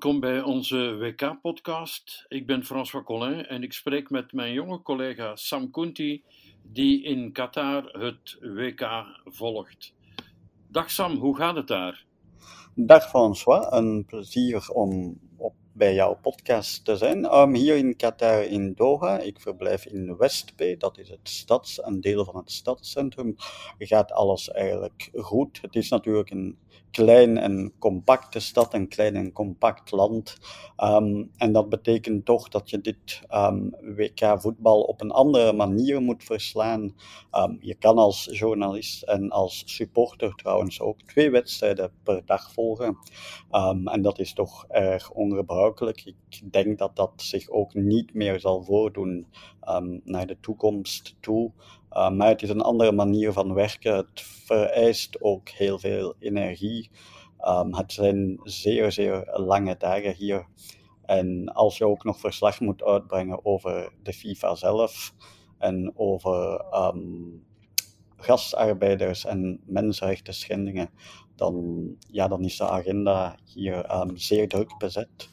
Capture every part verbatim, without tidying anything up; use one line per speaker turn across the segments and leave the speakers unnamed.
Welkom bij onze W K-podcast. Ik ben François Collin en ik spreek met mijn jonge collega Sam Kounti, die in Qatar het W K volgt. Dag Sam, hoe gaat het daar?
Dag François, een plezier om op, bij jouw podcast te zijn. Um, hier in Qatar in Doha, ik verblijf in West Bay, dat is het stads, een deel van het stadscentrum, gaat alles eigenlijk goed. Het is natuurlijk een klein en compacte stad, een klein en compact land. Um, en dat betekent toch dat je dit um, W K voetbal op een andere manier moet verslaan. Um, je kan als journalist en als supporter trouwens ook twee wedstrijden per dag volgen. Um, en dat is toch erg ongebruikelijk. Ik denk dat dat zich ook niet meer zal voordoen um, naar de toekomst toe. Uh, maar het is een andere manier van werken. Het vereist ook heel veel energie. Um, het zijn zeer, zeer lange dagen hier. En als je ook nog verslag moet uitbrengen over de FIFA zelf en over um, gastarbeiders en mensenrechten schendingen, dan, ja, dan is de agenda hier um, zeer druk bezet.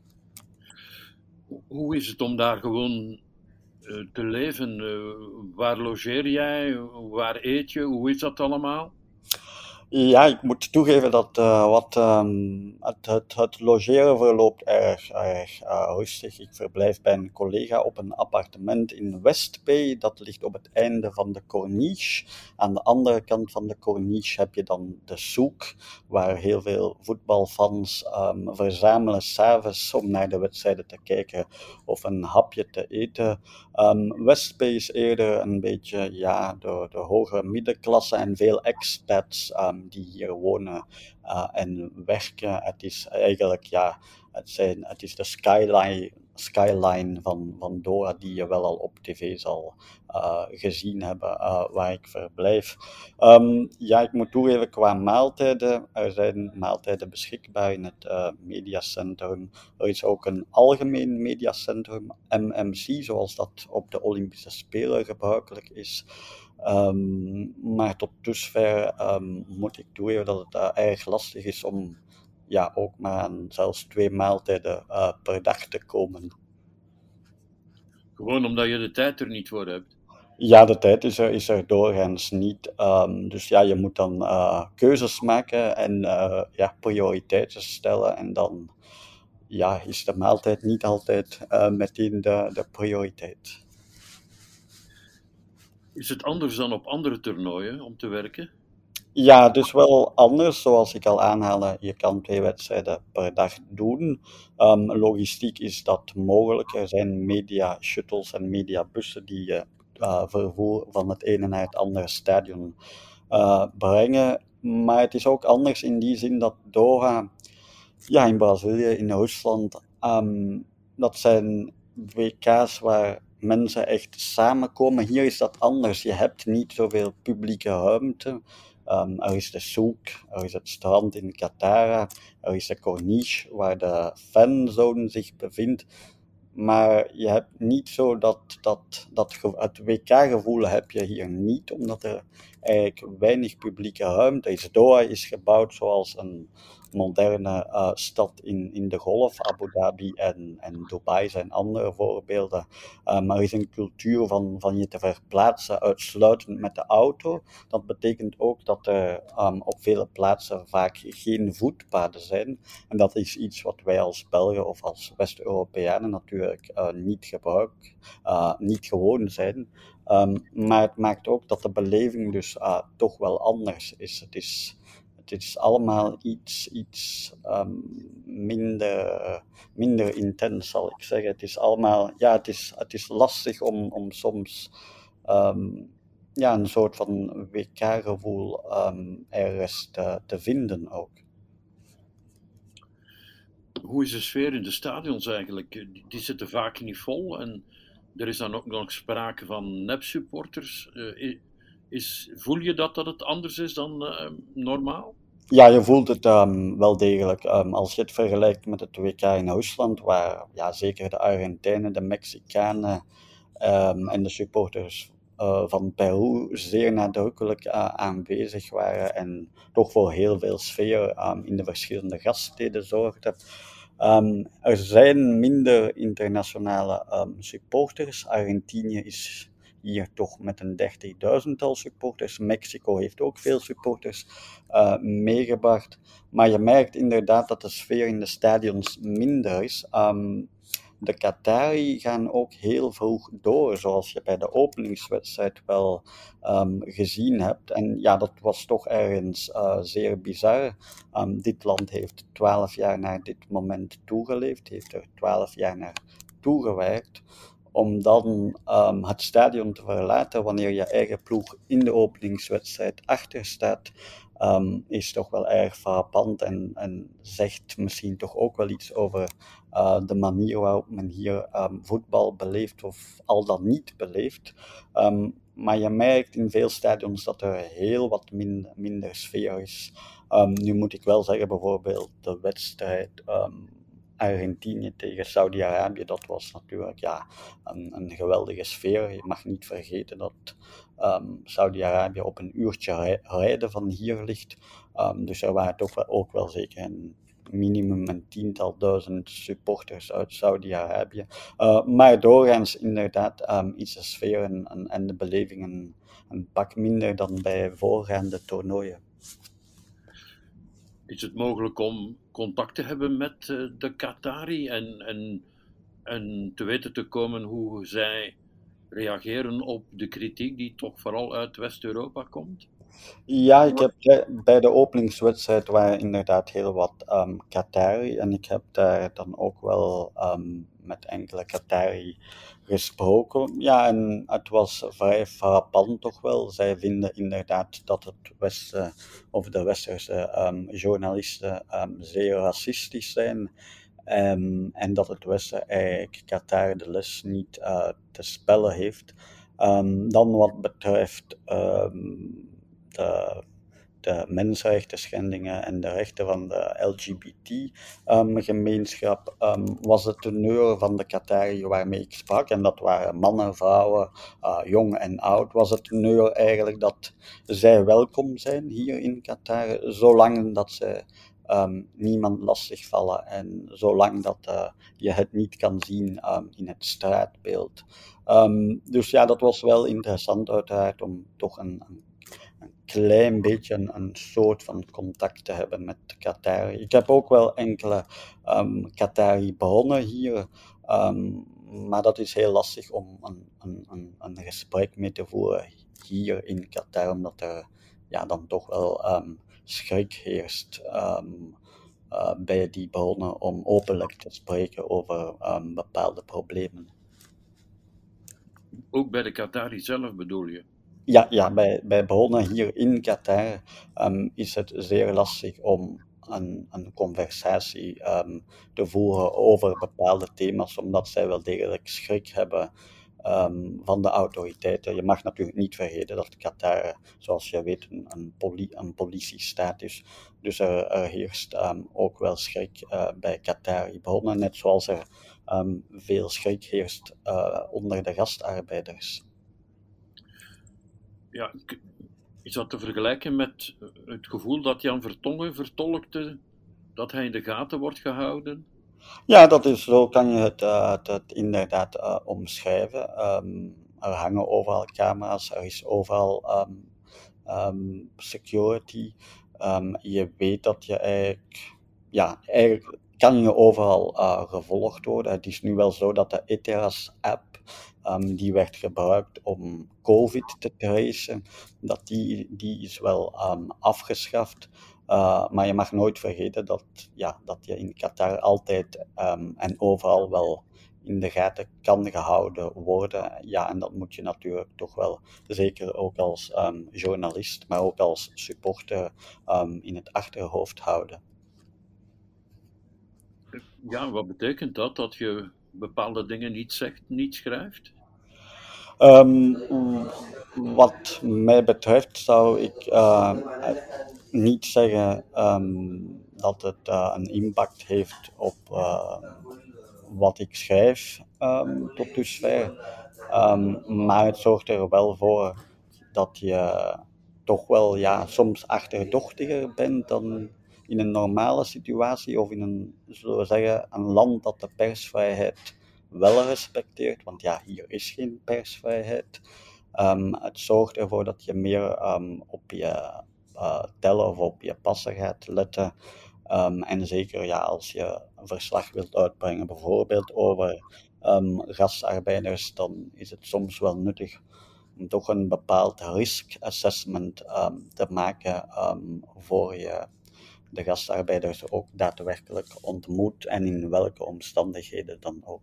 Hoe is het om daar gewoon uh, te leven? Uh, waar logeer jij? Waar eet je? Hoe is dat allemaal?
Ja, ik moet toegeven dat uh, wat, um, het, het, het logeren verloopt erg, erg uh, rustig. Ik verblijf bij een collega op een appartement in West Bay. Dat ligt op het einde van de Corniche. Aan de andere kant van de Corniche heb je dan de souk, waar heel veel voetbalfans um, verzamelen 's avonds om naar de wedstrijden te kijken of een hapje te eten. Um, West Bay is eerder een beetje ja, de, de hogere middenklasse en veel expats um, die hier wonen uh, en werken. Het is eigenlijk, ja, het, zijn, het is de skyline, skyline van, van Doha die je wel al op tv zal uh, gezien hebben uh, waar ik verblijf. Um, ja, ik moet toegeven, qua maaltijden, er zijn maaltijden beschikbaar in het uh, mediacentrum. Er is ook een algemeen mediacentrum, M M C, zoals dat op de Olympische Spelen gebruikelijk is. Um, maar tot dusver um, moet ik toegeven dat het uh, erg lastig is om ja, ook maar aan zelfs twee maaltijden uh, per dag te komen.
Gewoon omdat je de tijd er niet voor hebt.
Ja, de tijd is er, is er doorgaans niet. Um, dus ja, je moet dan uh, keuzes maken en uh, ja, prioriteiten stellen. En dan ja, is de maaltijd niet altijd uh, meteen de, de prioriteit.
Is het anders dan op andere toernooien om te werken?
Ja, het is wel anders, zoals ik al aanhaalde. Je kan twee wedstrijden per dag doen. Um, logistiek is dat mogelijk. Er zijn media shuttles en mediabussen die je uh, vervoer van het ene naar het andere stadion uh, brengen. Maar het is ook anders in die zin dat Doha, ja, in Brazilië, in Rusland, um, dat zijn W K's waar mensen echt samenkomen. Hier is dat anders. Je hebt niet zoveel publieke ruimte. Um, er is de souk, er is het strand in Qatar, er is de Corniche waar de fanzone zich bevindt. Maar je hebt niet zo dat, dat, dat het W K-gevoel heb je hier niet, omdat er eigenlijk weinig publieke ruimte is. Doha is gebouwd zoals een moderne uh, stad in, in de Golf. Abu Dhabi en, en Dubai zijn andere voorbeelden. Uh, maar er is een cultuur van, van je te verplaatsen uitsluitend met de auto. Dat betekent ook dat er um, op vele plaatsen vaak geen voetpaden zijn. En dat is iets wat wij als Belgen of als West-Europeanen natuurlijk uh, niet gebruiken, uh, niet gewoon zijn. Um, maar het maakt ook dat de beleving dus uh, toch wel anders is. Het is, het is allemaal iets, iets um, minder, minder intens, zal ik zeggen. Het is allemaal, ja, het is, het is lastig om, om soms um, ja, een soort van W K-gevoel um, ergens te, te vinden ook.
Hoe is de sfeer in de stadions eigenlijk? Die, die zitten vaak niet vol en er is dan ook nog sprake van nep-supporters. Uh, is, voel je dat, dat het anders is dan uh, normaal?
Ja, je voelt het um, wel degelijk. Um, als je het vergelijkt met het W K in Rusland, waar ja, zeker de Argentijnen, de Mexicanen um, en de supporters uh, van Peru zeer nadrukkelijk uh, aanwezig waren en toch voor heel veel sfeer um, in de verschillende gaststeden zorgden. Um, er zijn minder internationale um, supporters. Argentinië is hier toch met een dertigduizendtal supporters. Mexico heeft ook veel supporters uh, meegebracht. Maar je merkt inderdaad dat de sfeer in de stadions minder is. Um, de Qatari gaan ook heel vroeg door, zoals je bij de openingswedstrijd wel um, gezien hebt. En ja, dat was toch ergens uh, zeer bizar. Um, dit land heeft twaalf jaar naar dit moment toegeleefd, heeft er twaalf jaar naar toegewerkt, om dan um, het stadion te verlaten wanneer je eigen ploeg in de openingswedstrijd achter staat, um, is toch wel erg frappant en, en zegt misschien toch ook wel iets over uh, de manier waarop men hier um, voetbal beleeft of al dan niet beleeft. Um, maar je merkt in veel stadions dat er heel wat min, minder sfeer is. Um, nu moet ik wel zeggen, bijvoorbeeld de wedstrijd um, Argentinië tegen Saudi-Arabië, dat was natuurlijk ja, een, een geweldige sfeer. Je mag niet vergeten dat um, Saudi-Arabië op een uurtje rijden van hier ligt. Um, dus er waren toch wel, ook wel zeker een minimum een tiental duizend supporters uit Saudi-Arabië. Uh, maar doorgaans inderdaad um, is de sfeer en, en, en de beleving een, een pak minder dan bij voorgaande toernooien.
Is het mogelijk om contact te hebben met uh, de Qatari en, en, en te weten te komen hoe zij reageren op de kritiek die toch vooral uit West-Europa komt?
Ja, ik heb bij de openingswedstrijd waren inderdaad heel wat um, Qatari en ik heb daar dan ook wel um, met enkele Qatari gesproken. Ja, en het was vrij frappant toch wel. Zij vinden inderdaad dat het Westen of de Westerse um, journalisten um, zeer racistisch zijn. Um, en dat het Westen eigenlijk Qatar de les niet uh, te spellen heeft. Um, dan wat betreft um, de, de mensenrechten schendingen en de rechten van de L G B T-gemeenschap, um, um, was het teneur van de Qatari waarmee ik sprak, en dat waren mannen, vrouwen, uh, jong en oud, was het teneur eigenlijk dat zij welkom zijn hier in Qatar, zolang dat ze um, niemand lastigvallen en zolang dat uh, je het niet kan zien um, in het straatbeeld. Um, dus ja, dat was wel interessant uiteraard om toch een, een een klein beetje een, een soort van contact te hebben met Qatari. Ik heb ook wel enkele um, Qatari bronnen hier, um, maar dat is heel lastig om een, een, een, een gesprek mee te voeren hier in Qatar, omdat er ja, dan toch wel um, schrik heerst um, uh, bij die bronnen om openlijk te spreken over um, bepaalde problemen.
Ook bij de Qatari zelf bedoel je?
Ja, ja bij, bij bronnen hier in Qatar um, is het zeer lastig om een, een conversatie um, te voeren over bepaalde thema's, omdat zij wel degelijk schrik hebben um, van de autoriteiten. Je mag natuurlijk niet vergeten dat Qatar, zoals je weet, een, een, poli, een politiestaat is. Dus er, er heerst um, ook wel schrik uh, bij Qatari bronnen, net zoals er um, veel schrik heerst uh, onder de gastarbeiders.
Ja, is dat te vergelijken met het gevoel dat Jan Vertongen vertolkte, dat hij in de gaten wordt gehouden?
Ja, dat is, zo kan je het, uh, het, het inderdaad uh, omschrijven. Um, er hangen overal camera's, er is overal um, um, security. Um, je weet dat je eigenlijk, ja, eigenlijk kan je overal uh, gevolgd worden. Het is nu wel zo dat de Eteras-app, um, die werd gebruikt om COVID te tracen, dat die, die is wel um, afgeschaft. Uh, maar je mag nooit vergeten dat, ja, dat je in Qatar altijd um, en overal wel in de gaten kan gehouden worden. Ja, en dat moet je natuurlijk toch wel, zeker ook als um, journalist, maar ook als supporter, um, in het achterhoofd houden.
Ja, wat betekent dat? Dat je bepaalde dingen niet zegt, niet schrijft?
Um, wat mij betreft zou ik uh, niet zeggen um, dat het uh, een impact heeft op uh, wat ik schrijf um, tot dusver. Um, maar het zorgt er wel voor dat je toch wel ja, soms achterdochtiger bent dan, in een normale situatie of in een, zullen we zeggen, een land dat de persvrijheid wel respecteert, want ja, hier is geen persvrijheid. Um, het zorgt ervoor dat je meer um, op je uh, tellen of op je passen gaat letten. Um, en zeker ja, als je een verslag wilt uitbrengen, bijvoorbeeld over um, gastarbeiders, dan is het soms wel nuttig om toch een bepaald risk assessment um, te maken um, voor je de gastarbeiders ook daadwerkelijk ontmoet en in welke omstandigheden dan ook.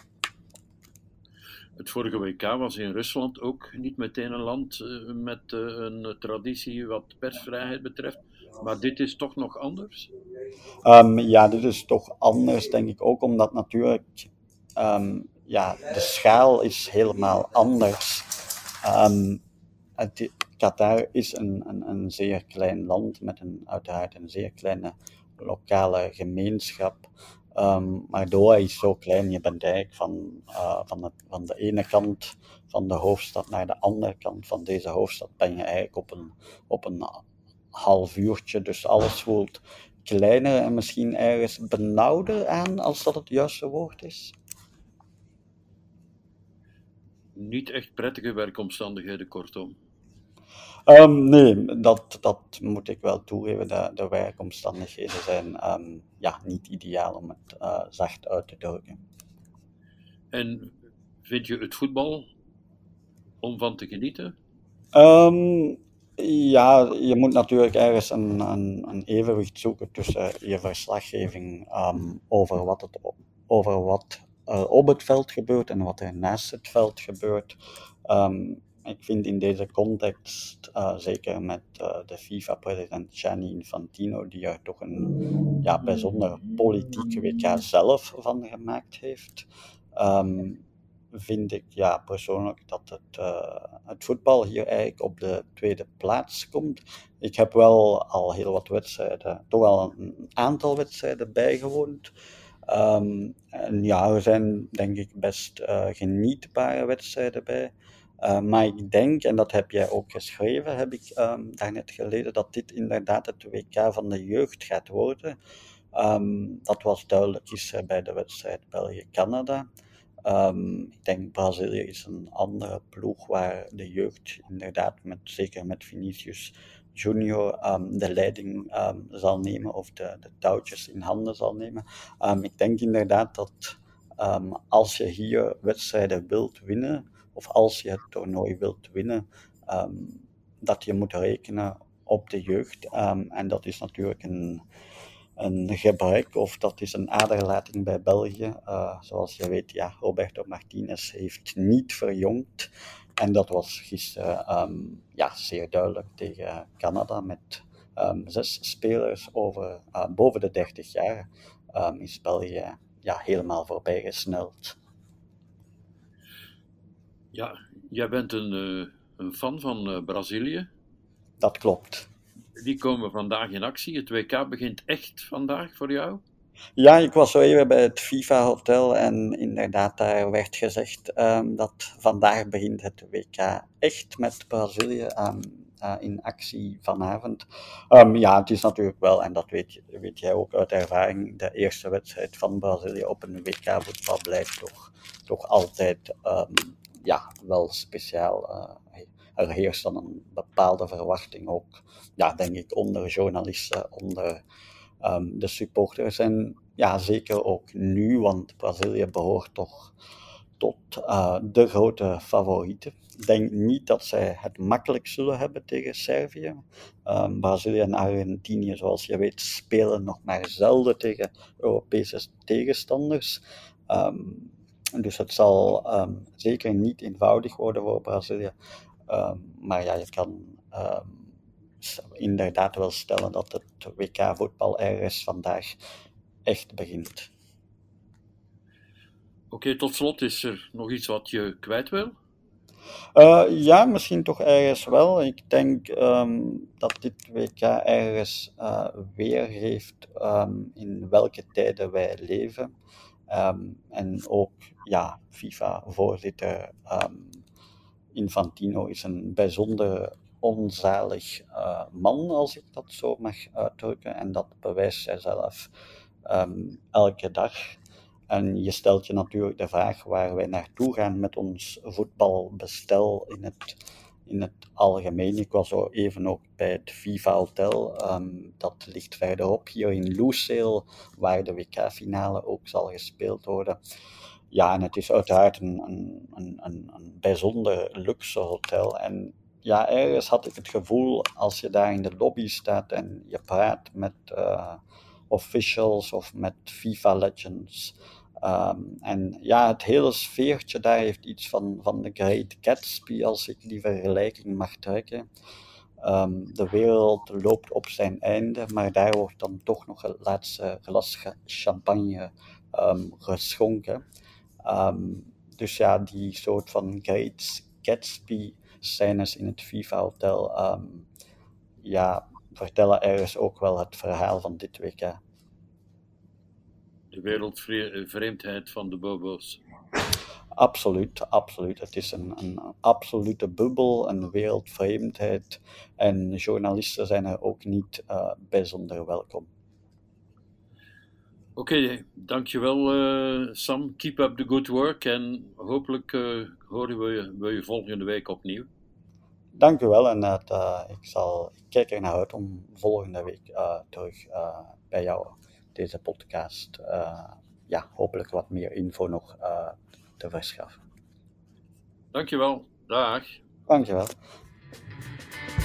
Het vorige W K was in Rusland ook niet meteen een land uh, met uh, een traditie wat persvrijheid betreft, maar dit is toch nog anders?
Um, ja, dit is toch anders, denk ik ook, omdat natuurlijk um, ja, de schaal is helemaal anders. Um, het, Qatar is een, een, een zeer klein land met een, uiteraard een zeer kleine lokale gemeenschap. Um, maar Doha is zo klein, je bent eigenlijk van, uh, van, het, van de ene kant van de hoofdstad naar de andere kant van deze hoofdstad ben je eigenlijk op een, op een half uurtje, dus alles voelt kleiner en misschien ergens benauwder aan, als dat het juiste woord is.
Niet echt prettige werkomstandigheden, kortom.
Um, nee, dat, dat moet ik wel toegeven. De, de werkomstandigheden zijn um, ja, niet ideaal, om het uh, zacht uit te drukken.
En vind je het voetbal om van te genieten?
Um, ja, je moet natuurlijk ergens een, een, een evenwicht zoeken tussen je verslaggeving um, over wat, het, over wat er op het veld gebeurt en wat er naast het veld gebeurt. Um, ik vind in deze context, uh, zeker met uh, de FIFA-president Gianni Infantino, die er toch een ja, bijzonder politiek W K zelf van gemaakt heeft, um, vind ik ja, persoonlijk dat het, uh, het voetbal hier eigenlijk op de tweede plaats komt. Ik heb wel al heel wat wedstrijden, toch al een aantal wedstrijden bijgewoond. Um, en ja, er zijn denk ik best uh, genietbare wedstrijden bij. Uh, maar ik denk, en dat heb jij ook geschreven, heb ik um, daarnet geleden, dat dit inderdaad het W K van de jeugd gaat worden. Um, dat was duidelijk gisteren bij de wedstrijd België-Canada. Um, ik denk Brazilië is een andere ploeg waar de jeugd inderdaad, met, zeker met Vinicius Junior, um, de leiding um, zal nemen of de, de touwtjes in handen zal nemen. Um, ik denk inderdaad dat um, als je hier wedstrijden wilt winnen, of als je het toernooi wilt winnen, um, dat je moet rekenen op de jeugd. Um, en dat is natuurlijk een een gebrek, of dat is een aderlating bij België. Uh, zoals je weet, ja, Roberto Martinez heeft niet verjongd. En dat was gisteren um, ja, zeer duidelijk tegen Canada met um, zes spelers over, uh, boven de dertig jaar. Um, is België ja, helemaal voorbij gesneld.
Ja, jij bent een, uh, een fan van uh, Brazilië.
Dat klopt.
Die komen vandaag in actie. Het W K begint echt vandaag voor jou?
Ja, ik was zo even bij het FIFA-hotel en inderdaad, daar werd gezegd um, dat vandaag begint het W K echt met Brazilië um, uh, in actie vanavond. Um, ja, het is natuurlijk wel, en dat weet, weet jij ook uit ervaring, de eerste wedstrijd van Brazilië op een W K-voetbal blijft toch, toch altijd um, ja, wel speciaal. Uh, er heerst dan een bepaalde verwachting ook, ja, denk ik, onder journalisten, onder um, de supporters. En ja, zeker ook nu, want Brazilië behoort toch tot uh, de grote favorieten. Ik denk niet dat zij het makkelijk zullen hebben tegen Servië. Um, Brazilië en Argentinië, zoals je weet, spelen nog maar zelden tegen Europese tegenstanders. Um, dus het zal um, zeker niet eenvoudig worden voor Brazilië. Um, maar ja, je kan um, inderdaad wel stellen dat het W K-voetbal ergens vandaag echt begint.
Oké, okay, tot slot, is er nog iets wat je kwijt wil?
Uh, ja, misschien toch ergens wel. Ik denk um, dat dit W K ergens uh, weergeeft um, in welke tijden wij leven. Um, en ook, ja, FIFA-voorzitter um, Infantino is een bijzonder onzalig uh, man, als ik dat zo mag uitdrukken. En dat bewijst zij zelf um, elke dag. En je stelt je natuurlijk de vraag waar wij naartoe gaan met ons voetbalbestel in het, in het algemeen. Ik was zo even ook bij het FIFA Hotel, um, dat ligt verderop hier in Lucerne, waar de W K-finale ook zal gespeeld worden. Ja, en het is uiteraard een, een, een, een, een bijzonder luxe hotel. En ja, ergens had ik het gevoel, als je daar in de lobby staat en je praat met uh, officials of met FIFA legends. Um, en ja, het hele sfeertje daar heeft iets van, van de Great Gatsby, als ik die vergelijking mag trekken. Um, de wereld loopt op zijn einde, maar daar wordt dan toch nog het laatste glas champagne um, geschonken. Um, dus ja, die soort van Great Gatsby scènes in het FIFA Hotel, um, ja, vertellen ergens ook wel het verhaal van dit W K.
De wereldvreemdheid van de bobo's.
Absoluut, absoluut. Het is een, een absolute bubbel, een wereldvreemdheid. En journalisten zijn er ook niet uh, bijzonder welkom.
Oké, okay, dankjewel uh, Sam. Keep up the good work en hopelijk uh, horen we je, we je volgende week opnieuw.
Dank u wel en uh, ik, zal, ik kijk er naar uit om volgende week uh, terug uh, bij jou deze podcast, uh, ja, hopelijk wat meer info nog uh, te verschaffen.
Dankjewel, dag.
Dankjewel.